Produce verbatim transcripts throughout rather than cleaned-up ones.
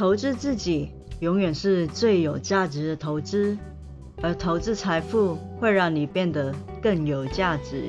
投资自己永远是最有价值的投资，而投资财富会让你变得更有价值。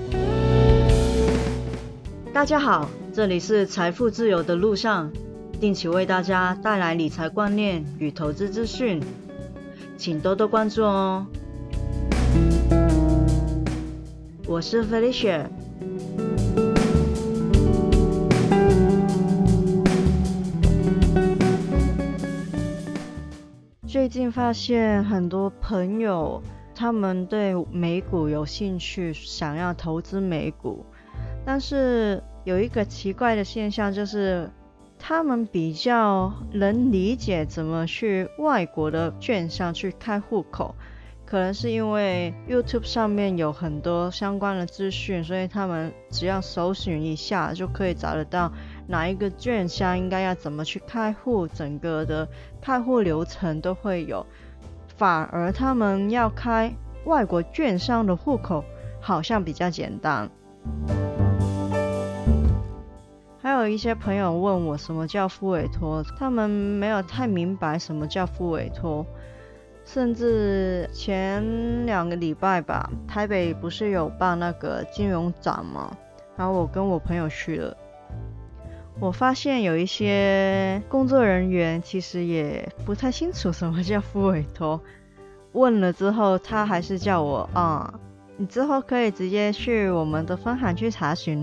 大家好，这里是财富自由的路上，定期为大家带来理财观念与投资资讯，请多多关注哦。我是 Felicia。最近发现很多朋友他们对美股有兴趣，想要投资美股，但是有一个奇怪的现象，就是他们比较能理解怎么去外国的券商去开户口，可能是因为 YouTube 上面有很多相关的资讯，所以他们只要搜寻一下就可以找得到哪一个券商应该要怎么去开户，整个的开户流程都会有。反而他们要开外国券商的户口好像比较简单。还有一些朋友问我什么叫复委托，他们没有太明白什么叫复委托。甚至前两个礼拜吧，台北不是有办那个金融展吗？然后我跟我朋友去了，我发现有一些工作人员其实也不太清楚什么叫复委托，问了之后他还是叫我啊、嗯，你之后可以直接去我们的分行去查询。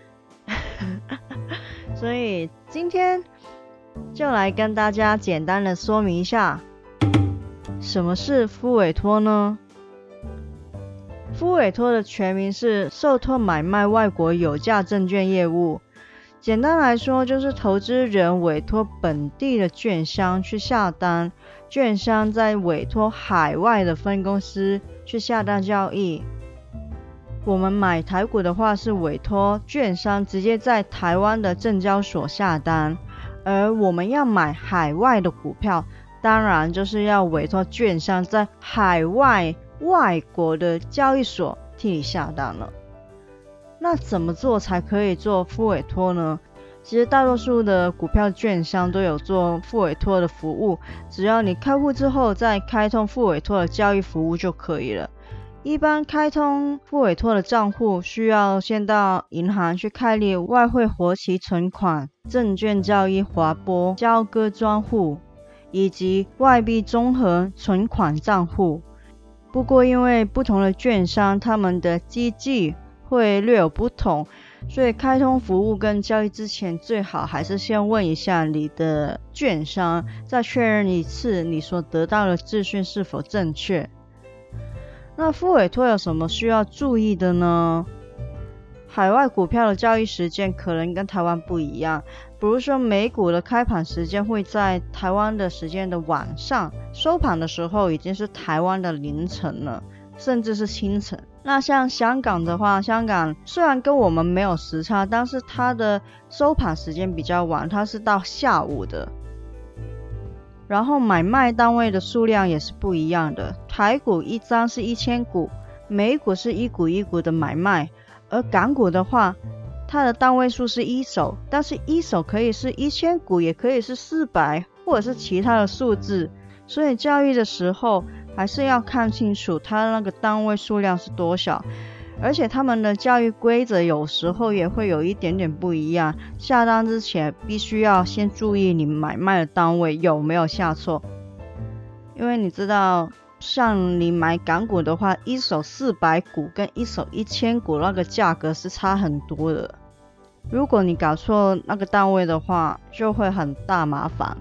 所以今天就来跟大家简单的说明一下什么是复委托呢？复委托的全名是受托买卖外国有价证券业务。简单来说，就是投资人委托本地的券商去下单，券商再委托海外的分公司去下单交易。我们买台股的话，是委托券商直接在台湾的证交所下单，而我们要买海外的股票，当然就是要委托券商在海外外国的交易所替你下单了。那怎么做才可以做复委托呢？其实大多数的股票券商都有做复委托的服务，只要你开户之后再开通复委托的交易服务就可以了。一般开通复委托的账户需要先到银行去开立外汇活期存款、证券交易划拨交割专户以及外币综合存款账户。不过因为不同的券商他们的机制会略有不同，所以开通服务跟交易之前，最好还是先问一下你的券商，再确认一次你所得到的资讯是否正确。那复委托有什么需要注意的呢？海外股票的交易时间可能跟台湾不一样，比如说美股的开盘时间会在台湾的时间的晚上，收盘的时候已经是台湾的凌晨了，甚至是清晨。那像香港的话，香港虽然跟我们没有时差，但是它的收盘时间比较晚，它是到下午的。然后买卖单位的数量也是不一样的，台股一张是一千股，美股是一股一股的买卖，而港股的话，它的单位数是一手，但是一手可以是一千股，也可以是四百，或者是其他的数字，所以交易的时候还是要看清楚它那个单位数量是多少。而且他们的交易规则有时候也会有一点点不一样，下单之前必须要先注意你买卖的单位有没有下错。因为你知道像你买港股的话，一手四百股跟一手一千股那个价格是差很多的，如果你搞错那个单位的话，就会很大麻烦。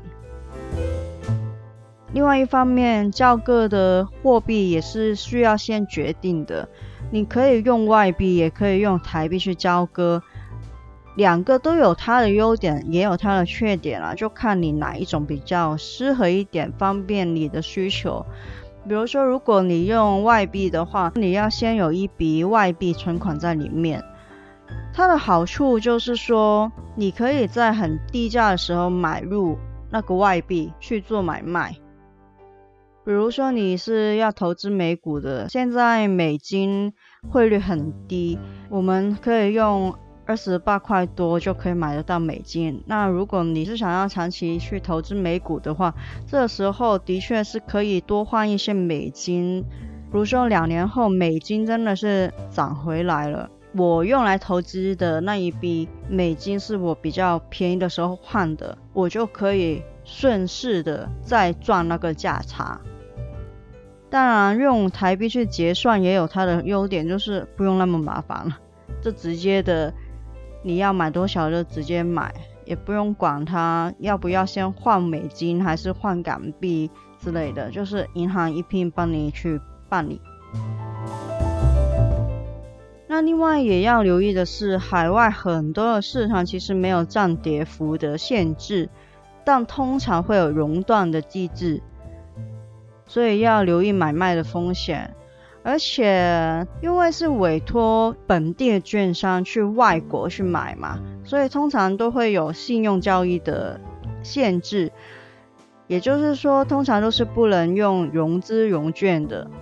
另外一方面，交割的货币也是需要先决定的，你可以用外币也可以用台币去交割，两个都有它的优点也有它的缺点啦，就看你哪一种比较适合一点，方便你的需求。比如说如果你用外币的话，你要先有一笔外币存款在里面，它的好处就是说你可以在很低价的时候买入那个外币去做买卖。比如说你是要投资美股的，现在美金汇率很低，我们可以用二十八块多就可以买得到美金。那如果你是想要长期去投资美股的话，这时候的确是可以多换一些美金。比如说两年后美金真的是涨回来了，我用来投资的那一笔美金是我比较便宜的时候换的，我就可以顺势的再赚那个价差。当然用台币去结算也有它的优点，就是不用那么麻烦了，就直接的你要买多少就直接买，也不用管它要不要先换美金还是换港币之类的，就是银行一并帮你去办理。那另外也要留意的是，海外很多的市场其实没有涨跌幅的限制，但通常会有熔断的机制，所以要留意买卖的风险。而且因为是委托本地的券商去外国去买嘛，所以通常都会有信用交易的限制，也就是说通常都是不能用融资融券的。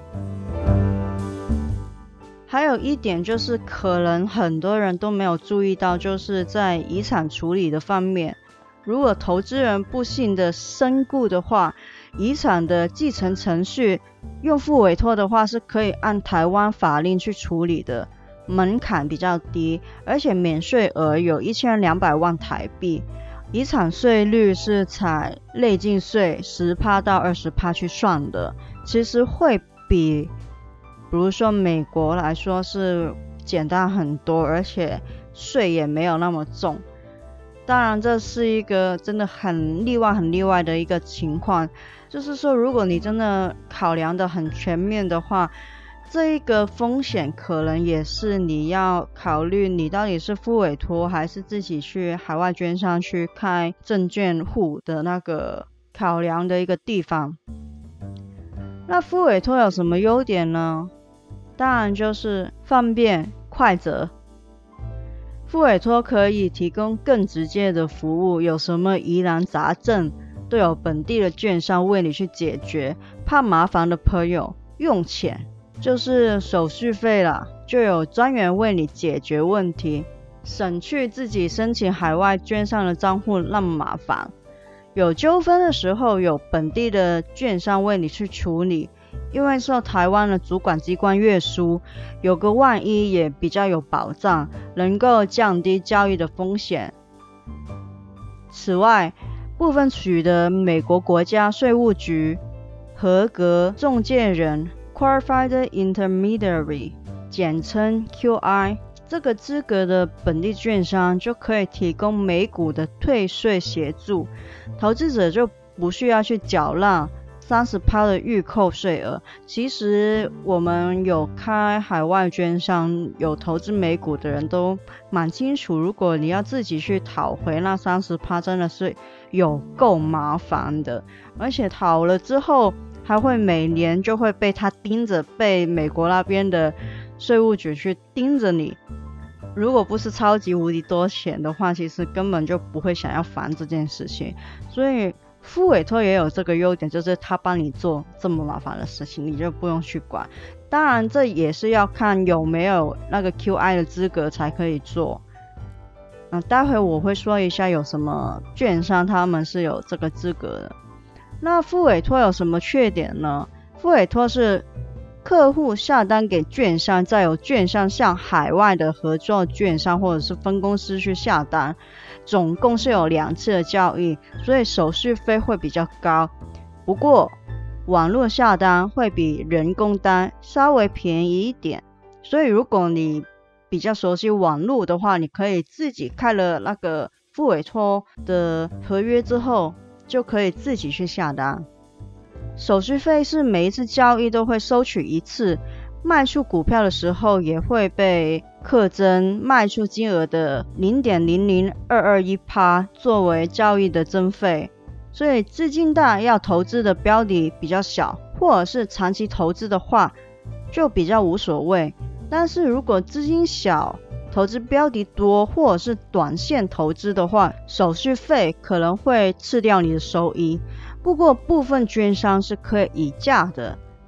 还有一点就是可能很多人都没有注意到，就是在遗产处理的方面，如果投资人不幸的身故的话，遗产的继承程序用附委托的话是可以按台湾法令去处理的，门槛比较低，而且免税额有一千两百万台币，遗产税率是采累进税 百分之十 到 百分之二十 去算的，其实会比比如说美国来说是简单很多，而且税也没有那么重。当然这是一个真的很例外很例外的一个情况，就是说如果你真的考量的很全面的话，这一个风险可能也是你要考虑你到底是附委托还是自己去海外券商去开证券户的那个考量的一个地方。那附委托有什么优点呢？当然就是方便快捷，附委托可以提供更直接的服务，有什么疑难杂症都有本地的券商为你去解决。怕麻烦的朋友用钱就是手续费啦，就有专员为你解决问题，省去自己申请海外券商的账户那么麻烦。有纠纷的时候有本地的券商为你去处理，因为受台湾的主管机关约束，有个万一也比较有保障，能够降低交易的风险。此外，部分取得美国国家税务局合格中介人 Qualified Intermediary 简称 Q I 这个资格的本地券商就可以提供美股的退税协助，投资者就不需要去缴纳 百分之三十 的预扣税额。其实我们有开海外券商有投资美股的人都蛮清楚，如果你要自己去讨回那 百分之三十 真的是有够麻烦的，而且讨了之后还会每年就会被他盯着，被美国那边的税务局去盯着你。如果不是超级无敌多钱的话，其实根本就不会想要烦这件事情。所以附委托也有这个优点，就是他帮你做这么麻烦的事情，你就不用去管。当然这也是要看有没有那个 Q I 的资格才可以做。嗯，待会我会说一下有什么券商他们是有这个资格的。那附委托有什么缺点呢？附委托是客户下单给券商，再由券商向海外的合作券商或者是分公司去下单，总共是有两次的交易，所以手续费会比较高。不过网络下单会比人工单稍微便宜一点，所以如果你比较熟悉网络的话，你可以自己开了那个附委托的合约之后，就可以自己去下单。手续费是每一次交易都会收取一次，卖出股票的时候也会被课征卖出金额的 零点零零二二一 作为交易的增费。所以资金大要投资的标的比较小，或者是长期投资的话就比较无所谓。但是如果资金小，投资标的多，或者是短线投资的话，手续费可能会吃掉你的收益。不过部分券商是可以议价的，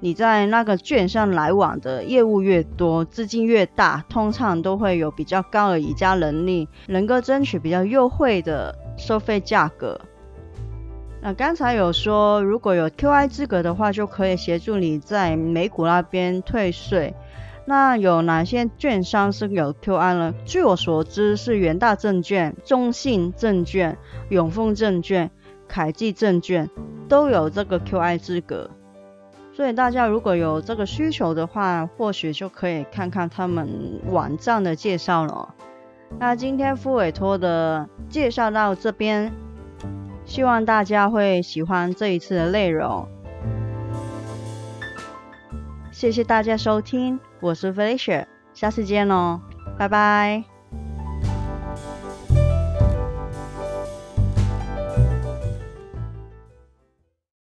你在那个券商来往的业务越多，资金越大，通常都会有比较高的议价能力，能够争取比较优惠的收费价格。那刚才有说，如果有 Q I 资格的话，就可以协助你在美股那边退税。那有哪些券商是有 Q I 呢？据我所知是元大证券、中信证券、永丰证券、凯基证券都有这个 Q I 资格。所以大家如果有这个需求的话，或许就可以看看他们网站的介绍了。那今天副委托的介绍到这边，希望大家会喜欢这一次的内容。谢谢大家收听，我是 Felicia， 下次见咯，拜拜。